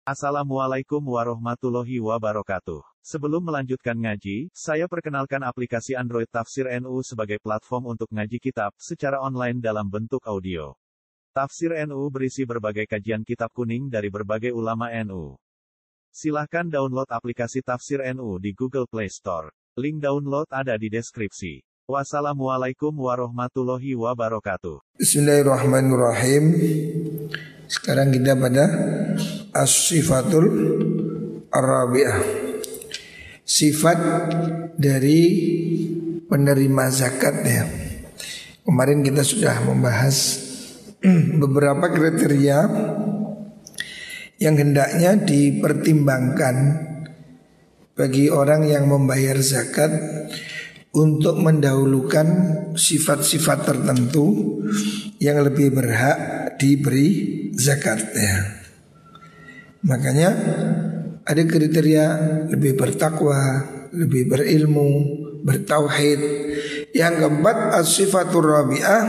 Assalamualaikum warahmatullahi wabarakatuh. Sebelum melanjutkan ngaji, saya perkenalkan aplikasi Android Tafsir NU sebagai platform untuk ngaji kitab secara online dalam bentuk audio. Tafsir NU berisi berbagai kajian kitab kuning dari berbagai ulama NU. Silahkan download aplikasi Tafsir NU di Google Play Store. Link download ada di deskripsi. Wassalamualaikum warahmatullahi wabarakatuh. Bismillahirrahmanirrahim. Sekarang kita pada As-Sifatul Ar-Rabi'ah, sifat dari penerima zakat ya. Kemarin kita sudah membahas beberapa kriteria yang hendaknya dipertimbangkan bagi orang yang membayar zakat untuk mendahulukan sifat-sifat tertentu yang lebih berhak diberi zakat ya. Makanya ada kriteria lebih bertakwa, lebih berilmu, bertauhid. Yang keempat, as-sifatur rabi'ah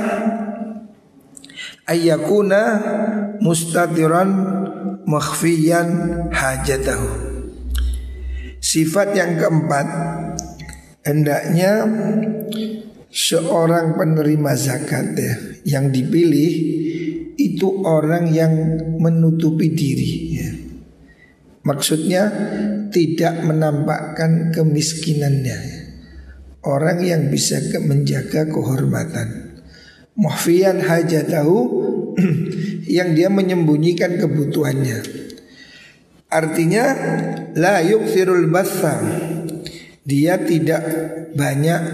ayyakuna mustatiran makhfiyan hajatahu. Sifat yang keempat, hendaknya seorang penerima zakat ya, yang dipilih itu orang yang menutupi diri ya. Maksudnya tidak menampakkan kemiskinannya ya. Orang yang bisa menjaga kehormatan. Muhfiyan hajatahu yang dia menyembunyikan kebutuhannya. Artinya la yukthirul batha, dia tidak banyak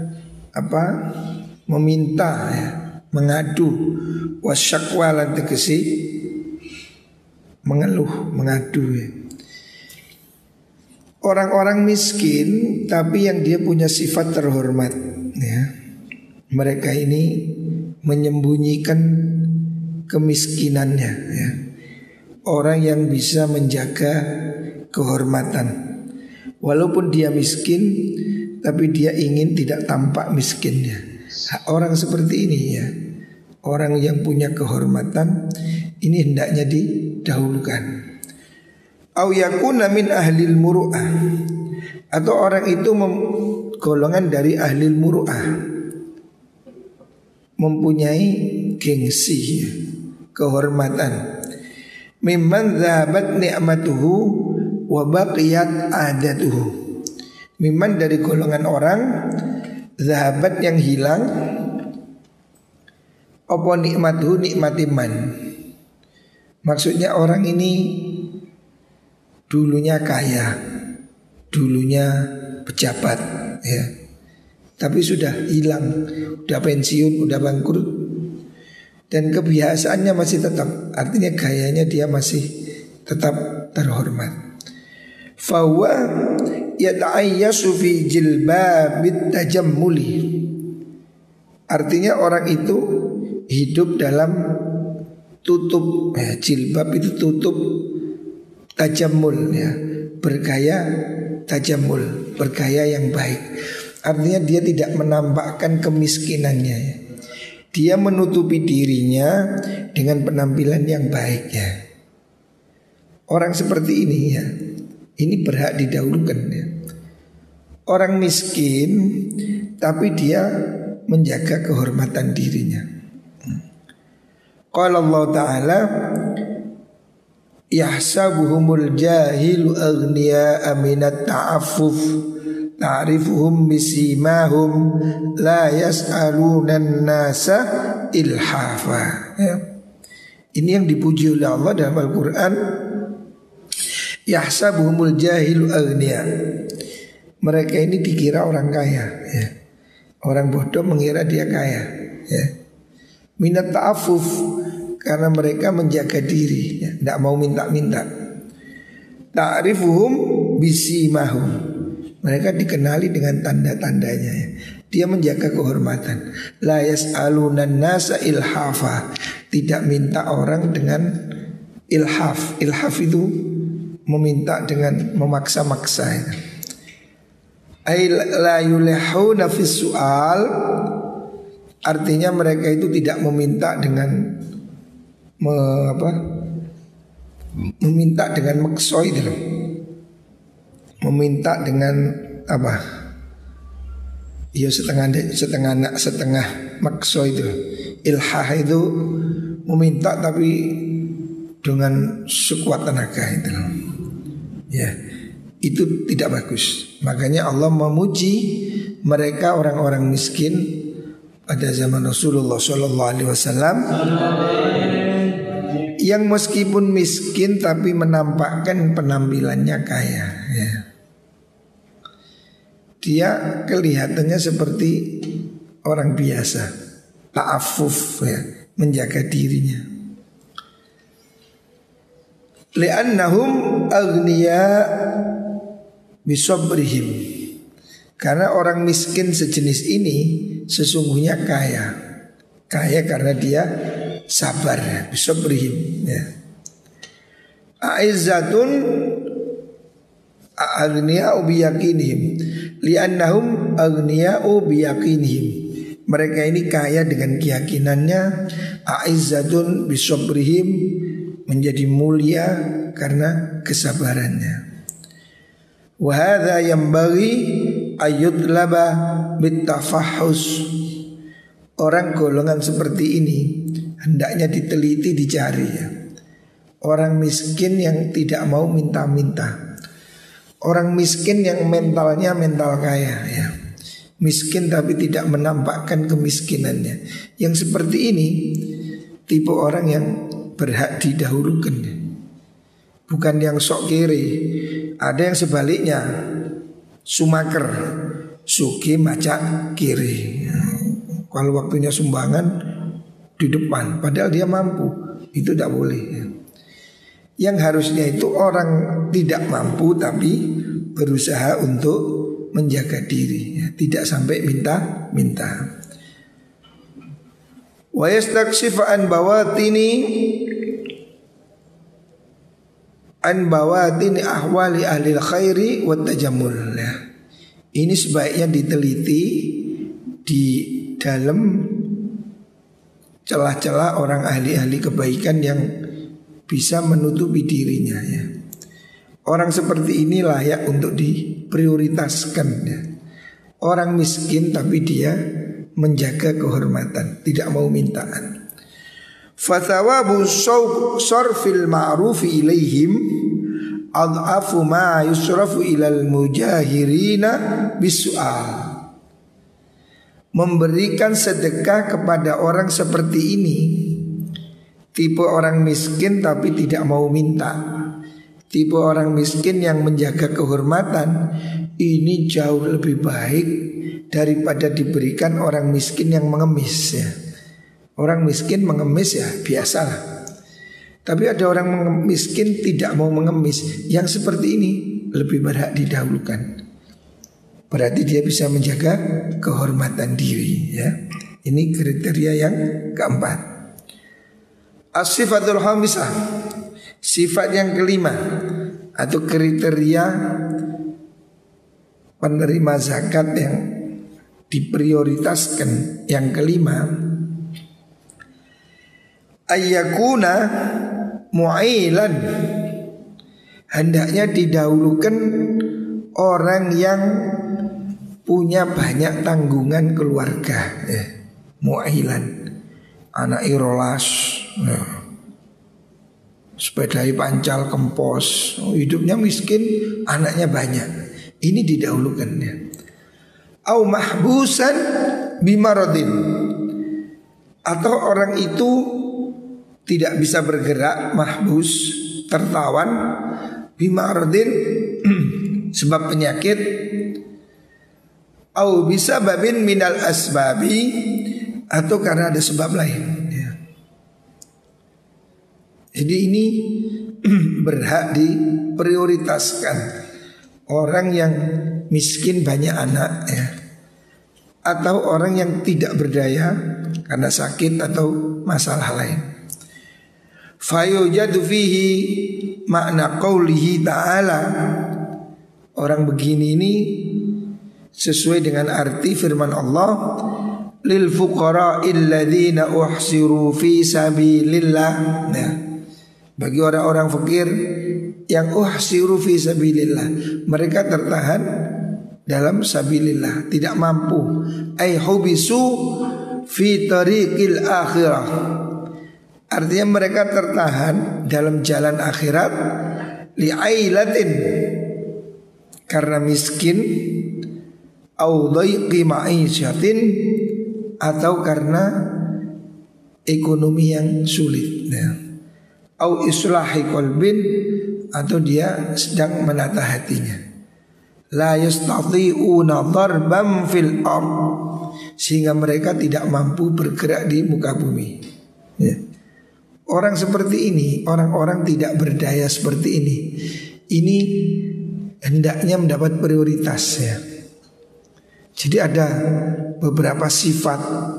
meminta ya, mengadu, wasyakwa lan tegesi mengeluh, mengadu ya. Orang-orang miskin tapi yang dia punya sifat terhormat ya. Mereka ini menyembunyikan kemiskinannya ya. Orang yang bisa menjaga kehormatan. Walaupun dia miskin tapi dia ingin tidak tampak miskinnya. Orang seperti ini ya, orang yang punya kehormatan ini hendaknya didahulukan. Au yakuna min ahlil muru'ah, atau orang itu golongan dari ahlil muru'ah, mempunyai gengsi ya, kehormatan. Mimman dhahabat ni'matuhu wa baqiyat adatuhu. Mimman dari golongan orang zahabat yang hilang, apa nikmatuhu nikmat iman. Maksudnya orang ini dulunya kaya, dulunya pejabat ya, tapi sudah hilang, udah pensiun, udah bangkrut, dan kebiasaannya masih tetap. Artinya gayanya dia masih tetap terhormat. Fawa yata'ayyasu fi jilbabit tajammuli. Artinya orang itu hidup dalam tutup jilbab itu tutup tajammul ya, bergaya tajammul, bergaya yang baik. Artinya dia tidak menampakkan kemiskinannya ya. Dia menutupi dirinya dengan penampilan yang baik ya. Orang seperti ini ya, ini berhak didahulukan ya. Orang miskin tapi dia menjaga kehormatan dirinya. Qala Allah Ta'ala yahsabuhumul jahilu aghniya'a minat ta'affuf ta'rifuhum bisimahum la yas'alunan nasa ilhafa ya. Ini yang dipuji oleh Allah dalam Al-Quran. Yahsabuhumul jahilu aghniya, mereka ini dikira orang kaya ya. Orang bodoh mengira dia kaya ya. Minat ta'afuf, karena mereka menjaga diri ya, tidak mau minta-minta. Ta'rifuhum bisimahum, mereka dikenali dengan tanda-tandanya ya. Dia menjaga kehormatan. La yas'alunan nasa ilhafa, tidak minta orang dengan ilhaf. Ilhaf itu meminta dengan memaksa-maksa ya. Ay la yulihuna fis su'al, artinya mereka itu tidak meminta dengan Meminta dengan makso itu loh. Meminta dengan apa? Ya setengah nak setengah makso itu. Ilhah itu meminta tapi dengan sekuat tenaga itu loh. Ya, itu tidak bagus. Makanya Allah memuji mereka orang-orang miskin pada zaman Rasulullah SAW yang meskipun miskin tapi menampakkan penampilannya kaya. Ya. Dia kelihatannya seperti orang biasa, ta'affuf ya, menjaga dirinya. Li'annahum aghniya bisabrihim. Karena orang miskin sejenis ini sesungguhnya kaya. Kaya karena dia sabar ya, bisabrihim ya. A'izzatun aghniya'u biyakinihim. Li'annahum aghniya'u biyakinihim. Mereka ini kaya dengan keyakinannya. A'izzatun bisabrihim, menjadi mulia karena kesabarannya. Wa hadza yanbaghi ayyudlaba bittafahhus. Orang golongan seperti ini hendaknya diteliti, dicari ya. Orang miskin yang tidak mau minta-minta. Orang miskin yang mentalnya mental kaya ya. Miskin tapi tidak menampakkan kemiskinannya. Yang seperti ini tipe orang yang berhak didahulukan, bukan yang sok kiri. Ada yang sebaliknya, sumaker, suki macak kiri. Kalau waktunya sumbangan di depan, padahal dia mampu, itu tidak boleh. Yang harusnya itu orang tidak mampu tapi berusaha untuk menjaga diri, tidak sampai minta-minta. Wa yastakshifa an bawatini ahwali ahli khairi wa tajammul. Ini sebaiknya diteliti di dalam celah-celah orang ahli-ahli kebaikan yang bisa menutupi dirinya ya. Orang seperti ini layak untuk diprioritaskan ya. Orang miskin tapi dia menjaga kehormatan, tidak mau mintaan. Fathawabu sarfil ma'rufi ilaihim adhafu ma yusrafu ilal mujahirina bisu'al. Memberikan sedekah kepada orang seperti ini, tipe orang miskin tapi tidak mau minta, tipe orang miskin yang menjaga kehormatan, ini jauh lebih baik daripada diberikan orang miskin yang mengemis ya. Orang miskin mengemis ya biasalah. Tapi ada orang miskin tidak mau mengemis, yang seperti ini lebih berhak didahulukan. Berarti dia bisa menjaga kehormatan diri ya. Ini kriteria yang keempat. As-sifatul khamisah, sifat yang kelima atau kriteria penerima zakat yang diprioritaskan yang kelima, ayyakuna mu'ilan, hendaknya didahulukan orang yang punya banyak tanggungan keluarga mu'ilan, anak irolas sepedai pancal kempos, hidupnya miskin, anaknya banyak, ini didahulukan ya. Au mahbusan bimaradin, atau orang itu tidak bisa bergerak, mahbus, tertawan, bimaradin sebab penyakit, au bisa babin minal asbabi, atau karena ada sebab lain ya. Jadi ini berhak diprioritaskan. Orang yang miskin banyak anak ya, atau orang yang tidak berdaya karena sakit atau masalah lain. Fayujadu fihi makna qaulihi ta'ala. Orang begini ini sesuai dengan arti firman Allah, lil fuqara'il ladzina uhsiru fi sabilillah. Nah, Bagi orang-orang fakir yang uhsiru fi sabilillah, mereka tertahan dalam sabilillah, tidak mampu. Ai hubisu fi tariqil akhirah, artinya mereka tertahan dalam jalan akhirat. Li'ailatin, karena miskin. Au dhaiqi ma'isyatin, atau karena ekonomi yang sulit ya. Au islahi qalbin, atau dia sedang menata hatinya. La yastati'una dharban fil ard, sehingga mereka tidak mampu bergerak di muka bumi ya. Orang seperti ini, orang-orang tidak berdaya seperti ini hendaknya mendapat prioritas ya. Jadi ada beberapa sifat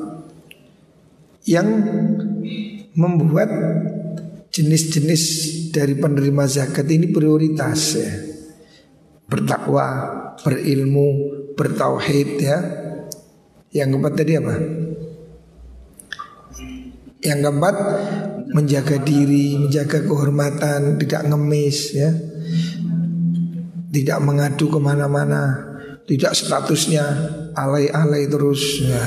yang membuat jenis-jenis dari penerima zakat ini prioritas ya. Bertakwa, berilmu, bertauhid ya. Yang keempat tadi apa? Yang keempat, menjaga diri, menjaga kehormatan, tidak ngemis ya, tidak mengadu kemana-mana, tidak statusnya alay-alay terus ya,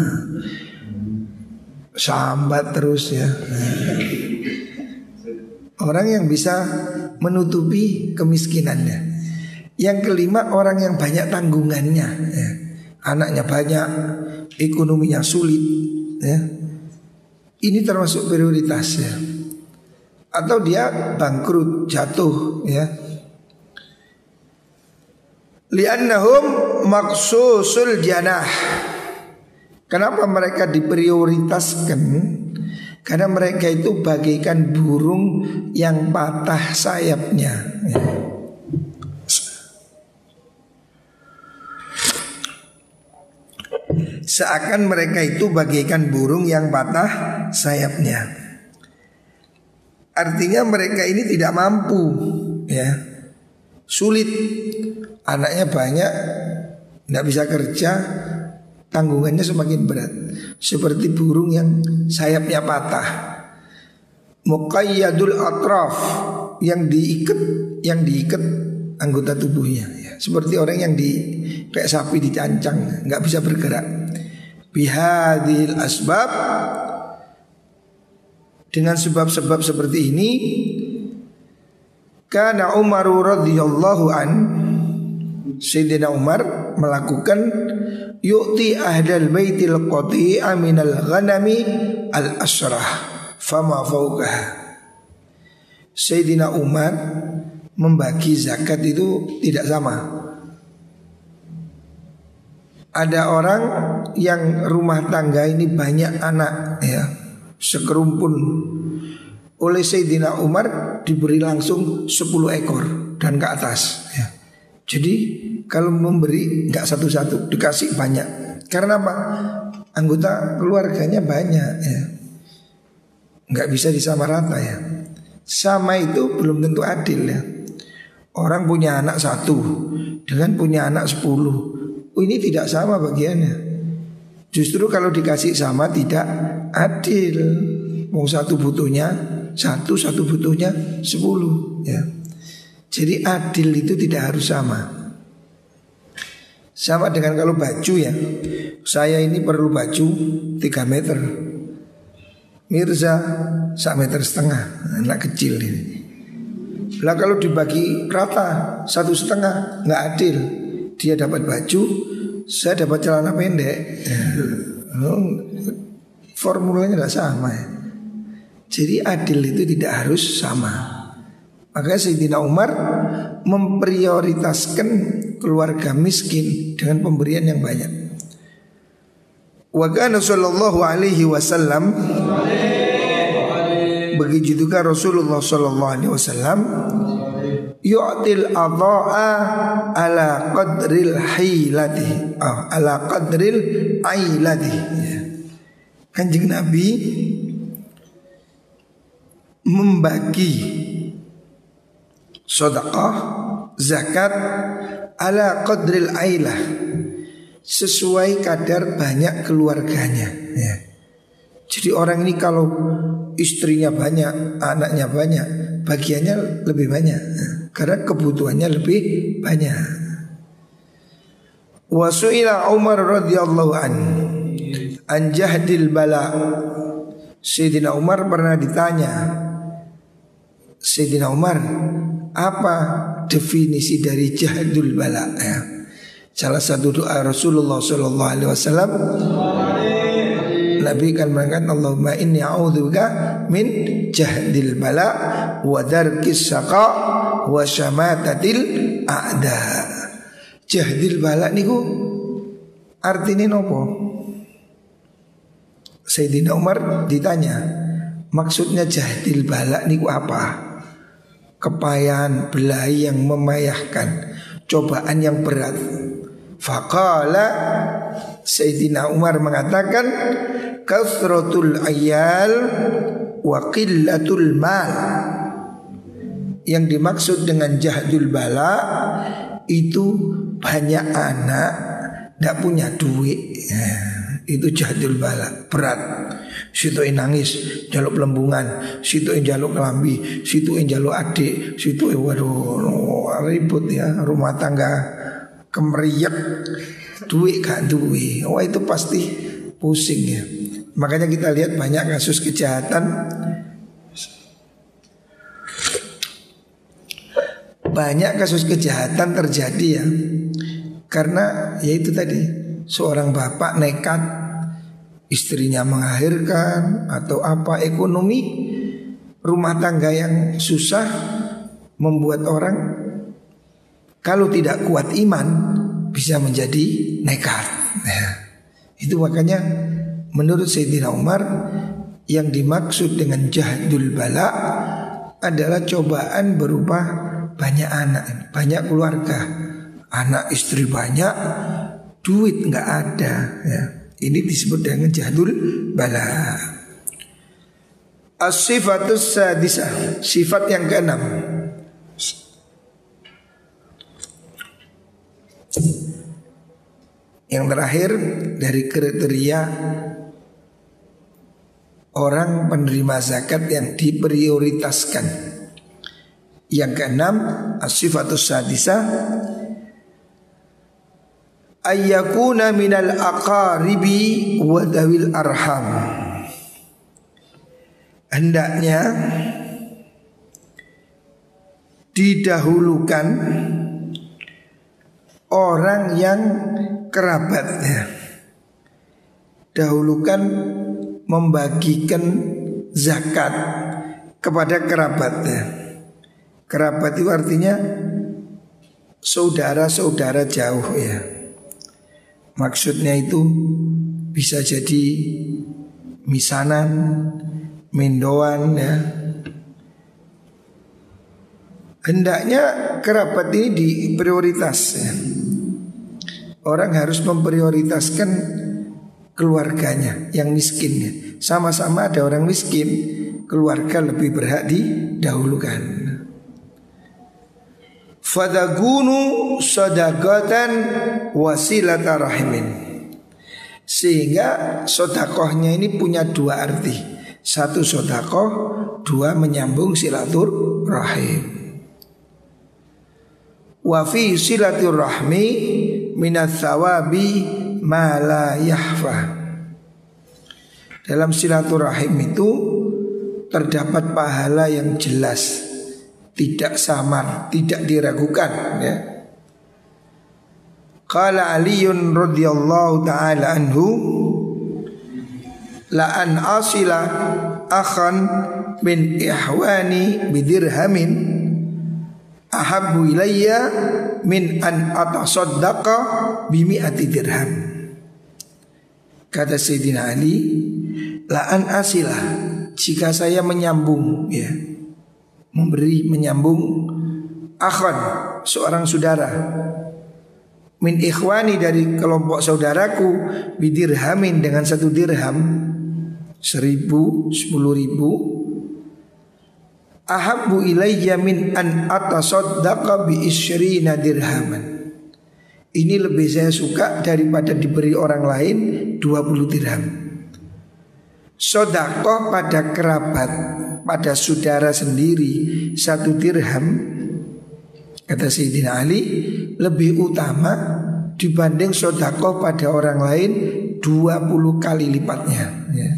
sambat terus ya. Orang yang bisa menutupi kemiskinannya. Yang kelima, orang yang banyak tanggungannya ya. Anaknya banyak, ekonominya sulit ya. Ini termasuk prioritas ya. Atau dia bangkrut, jatuh ya. Li'annahum maksusul janah. Kenapa mereka diprioritaskan? Karena mereka itu bagaikan burung yang patah sayapnya ya. Seakan mereka itu bagaikan burung yang patah sayapnya. Artinya mereka ini tidak mampu ya. Sulit, anaknya banyak, tidak bisa kerja, tanggungannya semakin berat. Seperti burung yang sayapnya patah. Muqayyadul atraf, yang diikat anggota tubuhnya ya. Seperti orang yang kayak sapi dicancang, nggak bisa bergerak. Bihadil asbab, dengan sebab-sebab seperti ini, kana Umar radhiyallahu an, Sayyidina Umar melakukan yu'ti ahlal baitil qati'a minal ghanami al asrah fama fawqaha. Sayyidina Umar membagi zakat itu tidak sama. Ada orang yang rumah tangga ini banyak anak ya, sekerumpun. Oleh Sayyidina Umar diberi langsung 10 ekor dan ke atas ya. Jadi kalau memberi nggak satu-satu, dikasih banyak. Karena apa? Anggota keluarganya banyak ya, nggak bisa disamarata ya. Sama itu belum tentu adil ya. Orang punya anak 1 dengan punya anak 10, ini tidak sama bagiannya. Justru kalau dikasih sama tidak adil. Mau 1 butuhnya 1, 1 butuhnya 10 ya. Jadi adil itu tidak harus sama. Sama dengan kalau baju ya. Saya ini perlu baju 3 meter, Mirza 1,5 meter, anak kecil ini. Lah kalau dibagi rata 1,5 nggak adil. Dia dapat baju, saya dapat celana pendek ya. Formulanya nggak sama ya. Jadi adil itu tidak harus sama. Makanya Sayyidina Umar memprioritaskan keluarga miskin dengan pemberian yang banyak. Wa kana sallallahu alaihi wasallam, begitu juga Rasulullah sallallahu alaihi wasallam, yu'til adha'a ala qadril hilati, ala qadril ailati. Kanjeng Nabi membagi sedekah, zakat ala qadril ailah, sesuai kadar banyak keluarganya ya. Jadi orang ini kalau istrinya banyak, anaknya banyak, bagiannya lebih banyak karena kebutuhannya lebih banyak. Wa su'ila Umar radhiyallahu an jahdil bala. Sayyidina Umar pernah ditanya, Sayyidina Umar, apa definisi dari jahdul bala ya? Salah satu doa Rasulullah sallallahu alaihi wasallam, Nabi kan mengatakan Allahumma inni a'udzubika min jahdil bala wa darkis saqa wa syamatatil a'da. Jahdil bala niku artinya nopo? Sayyidina Umar ditanya, maksudnya jahdil bala niku apa? Kepayahan, belahi yang memayahkan, cobaan yang berat. Faqala, Sayyidina Umar mengatakan, kasratul ayal wa qillatul mal. Yang dimaksud dengan jahdul bala itu banyak anak, tidak punya duit. Itu jahdul bala, berat. Situ nangis, jaluk pelembungan, situ jaluk kelambi, situ jaluk adik, situ waduh ribut ya, rumah tangga kemeriak, duit gak duit. Wah itu pasti pusing ya. Makanya kita lihat banyak kasus kejahatan, banyak kasus kejahatan terjadi ya, karena ya itu tadi, seorang bapak nekat, istrinya mengakhirkan atau apa, ekonomi rumah tangga yang susah membuat orang kalau tidak kuat iman bisa menjadi nekat ya. Itu makanya menurut Sayyidina Umar yang dimaksud dengan jahdul bala adalah cobaan berupa banyak anak, banyak keluarga, anak istri banyak, duit nggak ada ya. Ini disebut dengan jahdul bala. As-sifatus sadisah, sifat yang keenam. Yang terakhir dari kriteria orang penerima zakat yang diprioritaskan. Yang keenam, as-sifatus sadisah, ayyakuna minal aqaribi wa dawil arham. Hendaknya didahulukan orang yang kerabatnya. Dahulukan membagikan zakat kepada kerabatnya. Kerabat itu artinya saudara-saudara jauh ya. Maksudnya itu bisa jadi misanan, mendoan ya. Hendaknya kerabat ini diprioritas ya. Orang harus memprioritaskan keluarganya yang miskin ya. Sama-sama ada orang miskin, keluarga lebih berhak didahulukan. Fadagunu sadaqatan wasilata rahimin. Sehingga sodakohnya ini punya dua arti. Satu sodakoh, dua menyambung silaturahim. Wa fi silaturahmi minats tsawabi ma la yahfa. Dalam silaturahim itu terdapat pahala yang jelas, tidak samar, tidak diragukan ya. Qala Aliun radhiyallahu ta'ala anhu, la an asila akhan min ihwani bidirhamin ahabbu ilayya min an atasaddaqa bimi'ati dirham. Kata Sayyidina Ali, la an asila, jika saya menyambung ya, memberi, menyambung akhan, seorang saudara, min ikhwani, dari kelompok saudaraku, bidirhamin, dengan 1 dirham, 1.000, 10.000, ahabbu ilayya min an atasaddaqa bi isyrina dirhaman. Ini lebih saya suka daripada diberi orang lain 20 dirham. Sodakoh pada kerabat, pada saudara sendiri 1 dirham, kata Sayyidina Ali, lebih utama dibanding sodakoh pada orang lain 20 kali lipatnya ya.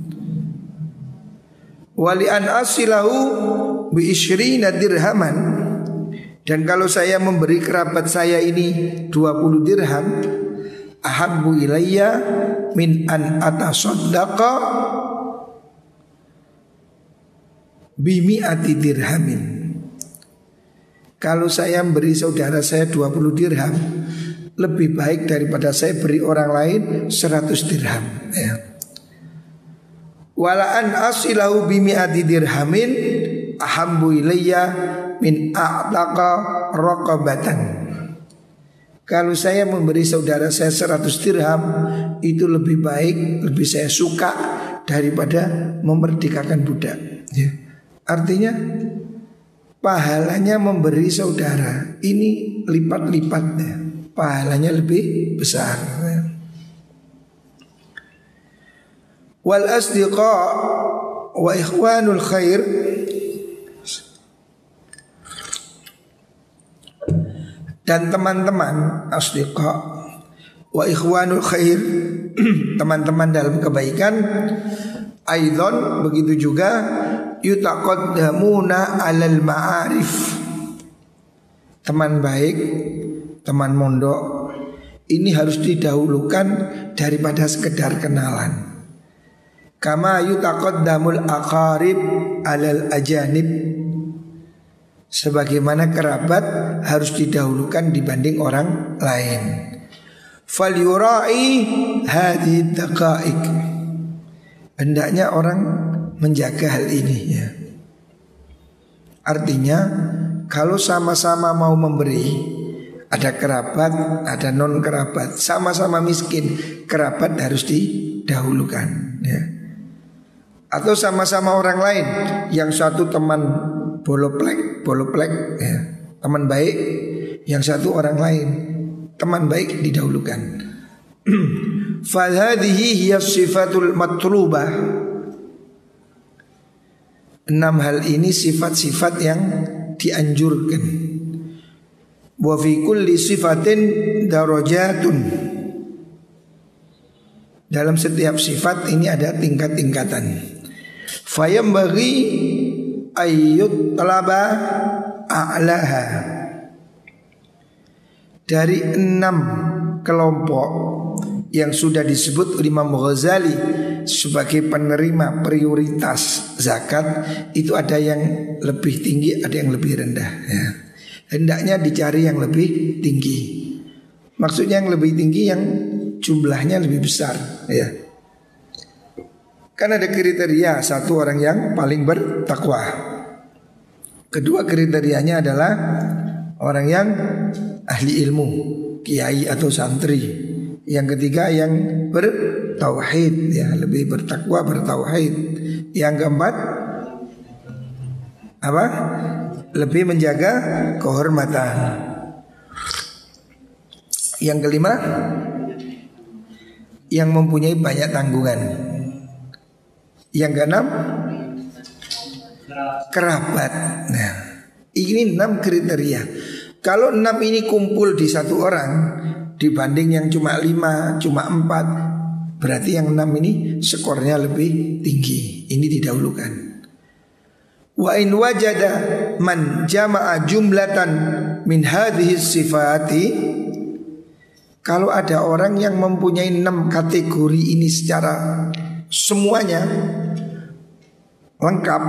Wali an asilahu bi isyrina dirhaman, dan kalau saya memberi kerabat saya ini 20 dirham, ahabbu ilayya min an atasaddaqa bimi'ati dirhamin. Kalau saya beri saudara saya 20 dirham, lebih baik daripada saya beri orang lain 100 dirham ya. Wala an asilahu bimi'ati dirhamin ahabbu ilayya min a'taqa raqabatan. Kalau saya memberi saudara saya 100 dirham, itu lebih baik, lebih saya suka daripada memerdekakan budak ya. Artinya pahalanya memberi saudara ini lipat-lipatnya, pahalanya lebih besar ya. Wal asdiqa wa ikhwanul khair, dan teman-teman asdiqa wa ikhwanul khair, teman-teman dalam kebaikan, aidon begitu juga yutaqaddamuna alal ma'arif, teman baik, teman mondok ini harus didahulukan daripada sekedar kenalan. Kama yutaqaddamul aqarib alal ajanib, sebagaimana kerabat harus didahulukan dibanding orang lain. Falyura'i hadhihi daqa'iq, hendaknya orang menjaga hal ini ya. Artinya kalau sama-sama mau memberi, ada kerabat, ada non kerabat, sama-sama miskin, kerabat harus didahulukan ya. Atau sama-sama orang lain, yang satu teman boloplek ya, teman baik, yang satu orang lain, teman baik didahulukan. Fahadhihi hiya sifatul matlubah. 6 hal ini sifat-sifat yang dianjurkan. Wa fi kulli sifatin darajatun, dalam setiap sifat ini ada tingkat-tingkatan. Fayam bagi ayyut talaba a'laha, dari 6 kelompok yang sudah disebut oleh Imam Ghazali sebagai penerima prioritas zakat, itu ada yang lebih tinggi, ada yang lebih rendah ya. Hendaknya dicari yang lebih tinggi. Maksudnya yang lebih tinggi yang jumlahnya lebih besar ya. Kan ada kriteria, satu orang yang paling bertakwa, kedua kriterianya adalah orang yang ahli ilmu, kiai atau santri, yang ketiga yang bertauhid ya, lebih bertakwa, bertauhid. Yang keempat apa? Lebih menjaga kehormatan. Yang kelima yang mempunyai banyak tanggungan. Yang keenam kerabat. Nah, ini 6 kriteria. Kalau 6 ini kumpul di satu orang dibanding yang cuma 5, cuma 4, berarti yang 6 ini skornya lebih tinggi. Ini didahulukan. Wa in wajada man jama'a jumlatan min hadhihi sifati, kalau ada orang yang mempunyai 6 kategori ini secara semuanya lengkap,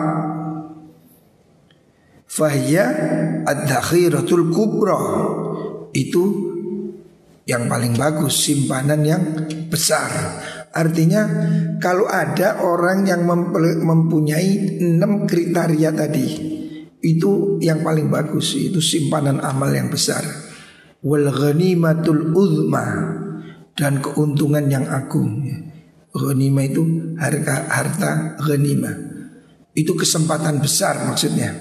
fahiyya ad-dakhiratul kubra, itu yang paling bagus, simpanan yang besar. Artinya kalau ada orang yang mempunyai 6 kriteria tadi, itu yang paling bagus, itu simpanan amal yang besar. Wal ghanimatul uzma, dan keuntungan yang agung. Ghanimah itu harta ghanimah, itu kesempatan besar maksudnya.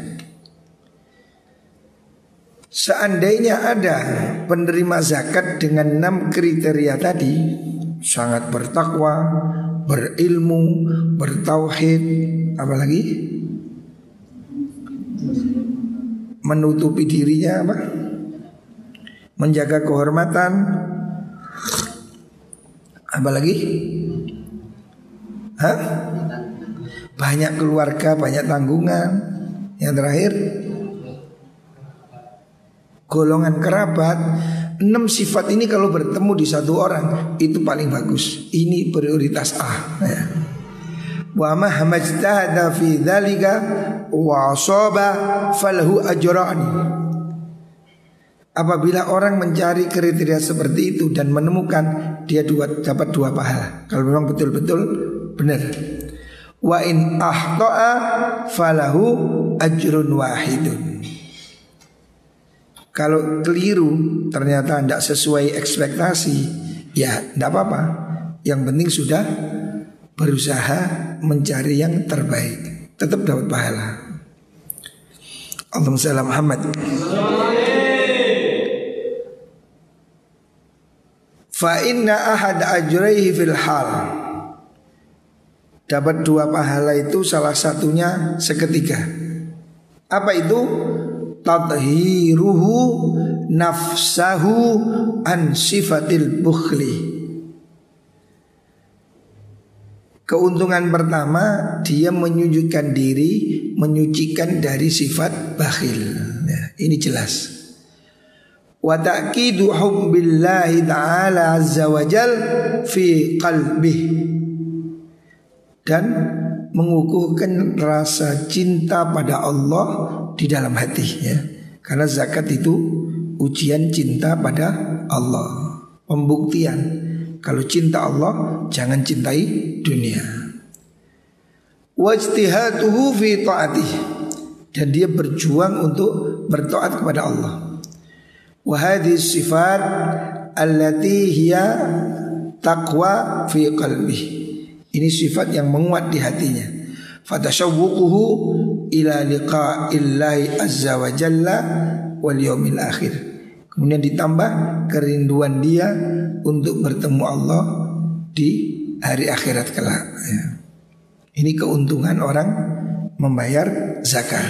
Seandainya ada penerima zakat dengan 6 kriteria tadi, sangat bertakwa, berilmu, bertauhid, apalagi menutupi dirinya apa? Menjaga kehormatan, apalagi? Banyak keluarga, banyak tanggungan. Yang terakhir golongan kerabat. 6 sifat ini kalau bertemu di satu orang itu paling bagus. Ini prioritas A ya. Wa mahmajtahada fi dzalika wa asaba falahu ajrani. Apabila orang mencari kriteria seperti itu dan menemukan, dia dapat 2 pahala. Kalau memang betul-betul benar. Wa in ahta'a falahu ajrun wahidun. Kalau keliru ternyata tidak sesuai ekspektasi, ya tidak apa-apa. Yang penting sudah berusaha mencari yang terbaik, tetap dapat pahala. Allahumma shalli ala Muhammad. Fa inna ahad ajraihi fil hal. Dapat 2 pahala itu salah satunya seketika. Apa itu? Tadhiruhu nafsahu an sifatil bukhli. Keuntungan pertama, dia menyucikan diri, menyucikan dari sifat bakhil ya, ini jelas. Wa ta'kidu hubbillahi ta'ala azza wa jal fi qalbih. Dan mengukuhkan rasa cinta pada Allah di dalam hati ya. Karena zakat itu ujian cinta pada Allah, pembuktian kalau cinta Allah jangan cintai dunia. Wajtihaduhu fi ta'atih, dan dia berjuang untuk bertaat kepada Allah. Wa hadhihi sifat allati hiya taqwa fi qalbihi. Ini sifat yang menguat di hatinya. Fatashawwuquhu ila liqa'illahi azza wa jalla wal yaumil akhir. Kemudian ditambah kerinduan dia untuk bertemu Allah di hari akhirat kelak ya. Ini keuntungan orang membayar zakat.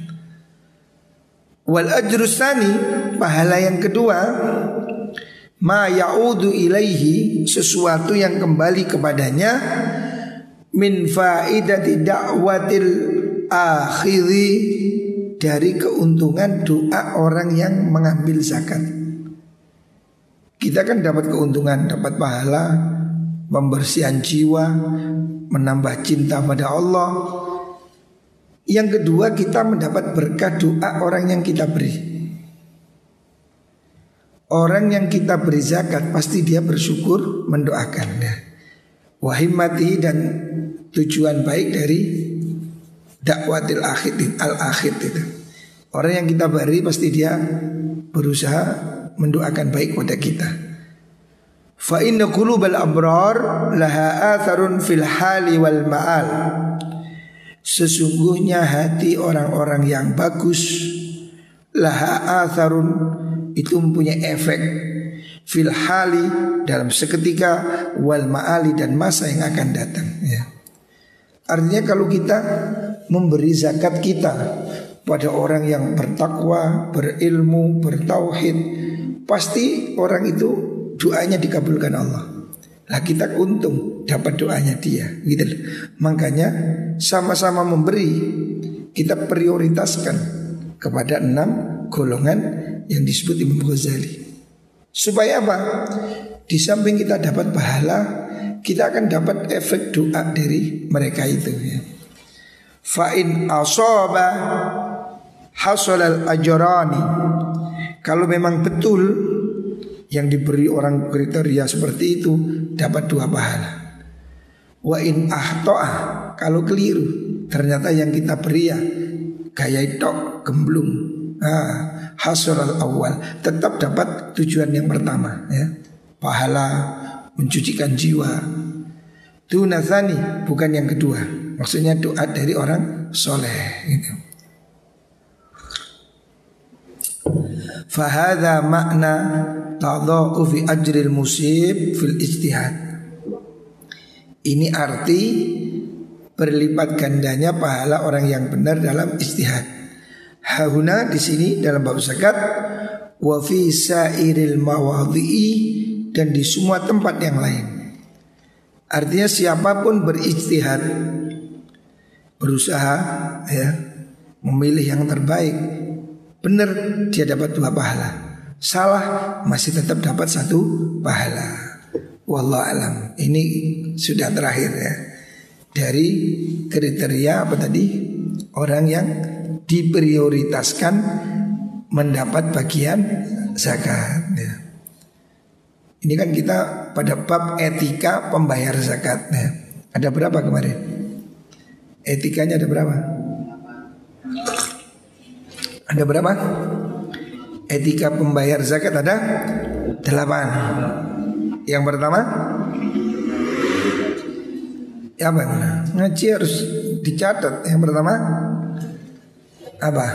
Wal ajrus tsani, pahala yang kedua, ma ya'udu ilaihi, sesuatu yang kembali kepadanya, min faidati da'watil akhiri, dari keuntungan doa orang yang mengambil zakat. Kita kan dapat keuntungan, dapat pahala, pembersihan jiwa, menambah cinta pada Allah. Yang kedua, kita mendapat berkah doa orang yang kita beri. Orang yang kita beri zakat pasti dia bersyukur, mendoakan ya. Wahimati, dan tujuan baik dari dakwatil akhid, al-akhid itu. Orang yang kita beri pasti dia berusaha mendoakan baik kepada kita. Fa inna qulubal abrar laha atharun fil hali wal ma'al. Sesungguhnya hati orang-orang yang bagus, laha atharun, itu mempunyai efek, fil hali, dalam seketika, wal ma'ali, dan masa yang akan datang ya. Artinya kalau kita memberi zakat kita pada orang yang bertakwa, berilmu, bertauhid, pasti orang itu doanya dikabulkan Allah. Lah kita untung dapat doanya dia gitu. Makanya sama-sama memberi, kita prioritaskan kepada 6 golongan yang disebut Imam Ghazali. Supaya apa? Di samping kita dapat pahala, kita akan dapat efek doa dari mereka itu ya. Fa in asaba hasalal ajrani. Kalau memang betul yang diberi orang kriteria seperti itu, dapat 2 pahala. Wa in ahto'ah, kalau keliru, ternyata yang kita beri ya gaya tok, gemblung, hasr al-awwal, tetap dapat tujuan yang pertama ya. Pahala mencucikan jiwa. Tunasani, bukan yang kedua. Maksudnya doa dari orang soleh gitu. Fahadha makna tadha'u fi ajril musib fil ijtihad. Ini arti berlipat gandanya pahala orang yang benar dalam ijtihad. Hahuna di sini dalam bab zakat, wa fi sairil mawadhi'i, dan di semua tempat yang lain. Artinya siapapun berijtihad, berusaha ya, memilih yang terbaik, benar dia dapat 2 pahala. Salah masih tetap dapat 1 pahala. Wallahu alam. Ini sudah terakhir ya. Dari kriteria apa tadi? Orang yang diprioritaskan mendapat bagian zakat ya. Ini kan kita pada bab etika pembayar zakat ya. Ada berapa kemarin? Etikanya ada berapa? Ada berapa? Etika pembayar zakat ada 8. Yang pertama, ya apa? Ngaji harus dicatat. Yang pertama apa?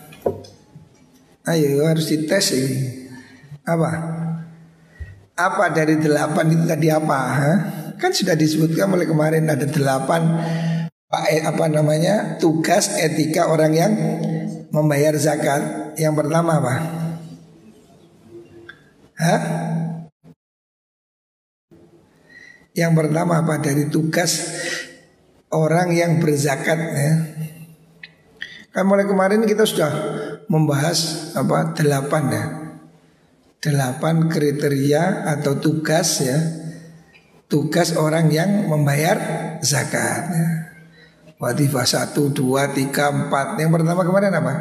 Ayo harus dites ini. Apa? Apa dari 8 itu tadi apa? Ha? Kan sudah disebutkan mulai kemarin ada 8 apa namanya, tugas etika orang yang membayar zakat. Yang pertama apa? Hah? Yang pertama apa dari tugas orang yang berzakat ya? Kan mulai kemarin kita sudah membahas apa 8 ya, 8 kriteria atau tugas ya, tugas orang yang membayar zakat ya. Wadifah 1, 2, 3, 4. Yang pertama kemarin apa?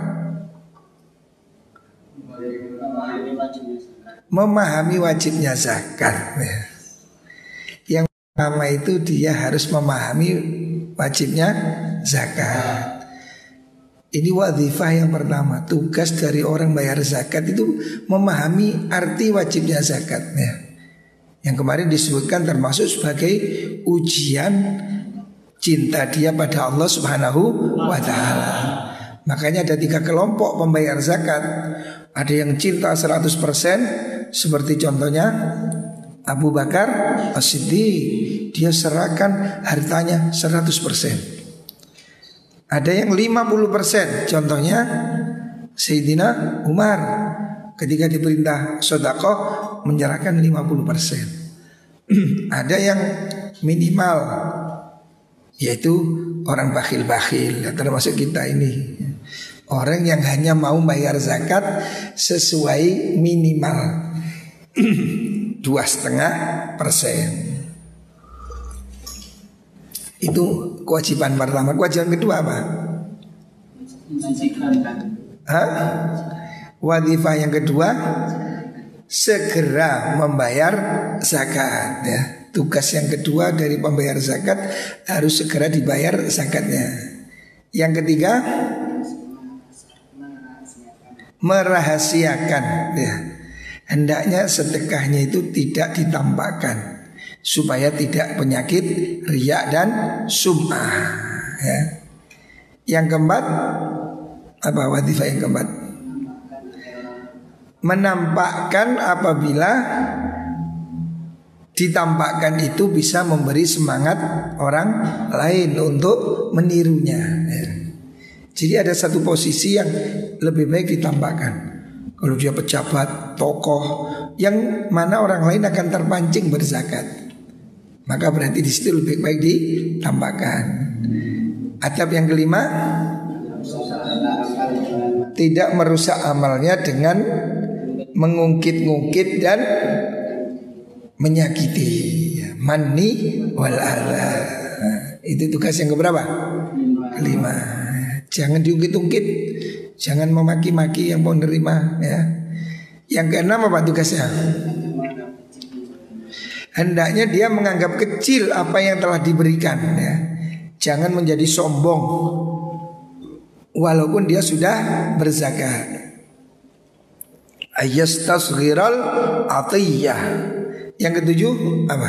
Memahami wajibnya zakat ya. Yang pertama itu dia harus memahami wajibnya zakat. Ini wadifah yang pertama. Tugas dari orang bayar zakat itu memahami arti wajibnya zakat ya. Yang kemarin disebutkan termasuk sebagai ujian cinta dia pada Allah Subhanahu wa ta'ala. Makanya ada 3 kelompok pembayar zakat. Ada yang cinta 100%, seperti contohnya Abu Bakar As-Siddiq, dia serahkan hartanya 100%. Ada yang 50%, contohnya Sayyidina Umar, ketika diperintah sedekah menyerahkan 50%. Ada yang minimal, yaitu orang bakhil-bakhil, termasuk kita ini. Orang yang hanya mau bayar zakat sesuai minimal 2,5%. Itu kewajiban pertama. Kewajiban kedua apa? Wadifah yang kedua, segera membayar zakat ya. Tugas yang kedua dari pembayar zakat harus segera dibayar zakatnya. Yang ketiga, merahasiakan ya. Hendaknya sedekahnya itu tidak ditampakkan supaya tidak penyakit riya dan sum'ah ya. Yang keempat apa wadifah yang keempat? Menampakkan apabila ditampakkan itu bisa memberi semangat orang lain untuk menirunya ya. Jadi ada satu posisi yang lebih baik ditampakkan. Kalau dia pejabat, tokoh, yang mana orang lain akan terpancing berzakat, maka berarti di situ lebih baik ditampakkan. Adab yang kelima, tidak merusak amalnya dengan mengungkit-ungkit dan menyakiti. Manni wal adha. Itu tugas yang keberapa? Kelima. Jangan diungkit-ungkit, jangan memaki-maki yang mau nerima ya. Yang keenam apa tugasnya? Hendaknya dia menganggap kecil apa yang telah diberikan ya. Jangan menjadi sombong walaupun dia sudah berzakat. Ayastasghiral atiyah. Yang ketujuh apa?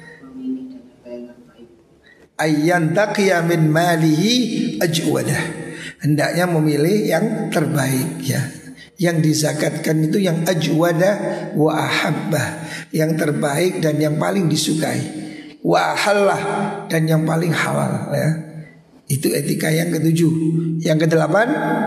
Ayyantaqiya min malihi ajwadah. Hendaknya memilih yang terbaik ya. Yang dizakatkan itu yang ajwada wa ahabbah, yang terbaik dan yang paling disukai. wa halah, dan yang paling halal ya. Itu etika yang ketujuh. Yang kedelapan,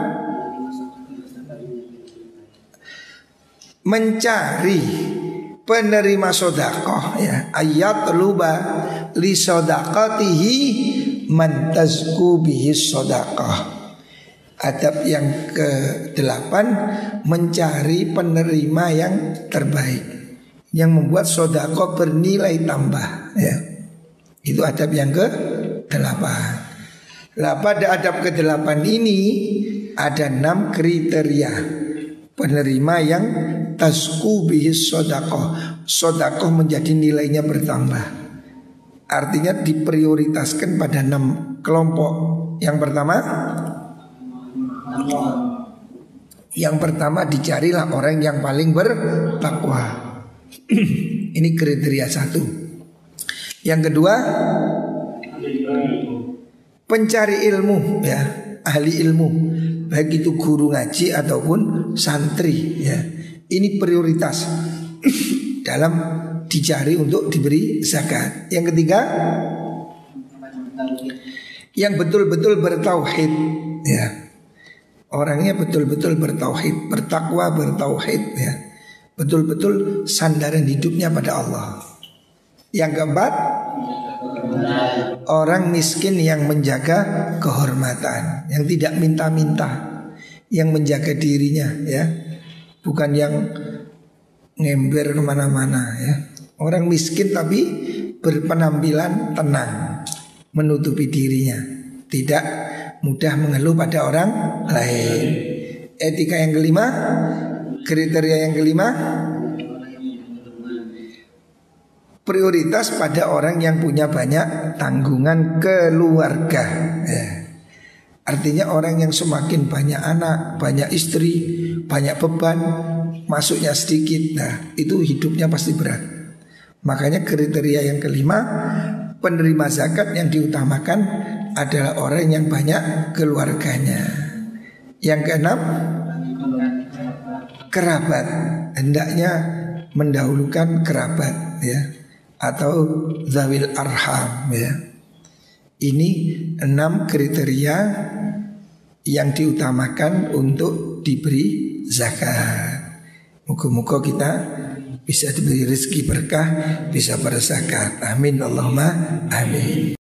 mencari penerima sodakoh ya. Ayat luba li sodakatihi man tazku bihi sodakoh. Adab yang kedelapan, mencari penerima yang terbaik, yang membuat sodakoh bernilai tambah ya. Itu adab yang ke-8. Lah pada adab ke-8 ini ada 6 kriteria penerima yang tasku bihis sodakoh. Sodakoh menjadi nilainya bertambah. Artinya diprioritaskan pada 6 kelompok. Yang pertama dicarilah orang yang paling bertakwa. Ini kriteria 1. Yang kedua, pencari ilmu ya, ahli ilmu, baik itu guru ngaji ataupun santri ya. Ini prioritas dalam dicari untuk diberi zakat. Yang ketiga, yang betul-betul bertauhid ya. Orangnya betul-betul bertauhid, bertakwa, bertauhid ya. Betul-betul sandaran hidupnya pada Allah. Yang keempat, orang miskin yang menjaga kehormatan, yang tidak minta-minta, yang menjaga dirinya ya, bukan yang ngember kemana-mana ya. Orang miskin tapi berpenampilan tenang, menutupi dirinya, tidak mudah mengeluh pada orang lain. Etika yang kelima, kriteria yang kelima, prioritas pada orang yang punya banyak tanggungan keluarga ya. Artinya orang yang semakin banyak anak, banyak istri, banyak beban, masuknya sedikit, nah itu hidupnya pasti berat. Makanya kriteria yang kelima, penerima zakat yang diutamakan adalah orang yang banyak keluarganya. Yang keenam, kerabat, hendaknya mendahulukan kerabat ya, atau zawil arham ya. Ini 6 kriteria yang diutamakan untuk diberi zakat. Moga-moga kita bisa diberi rezeki berkah, bisa berzakat. Amin Allahumma amin.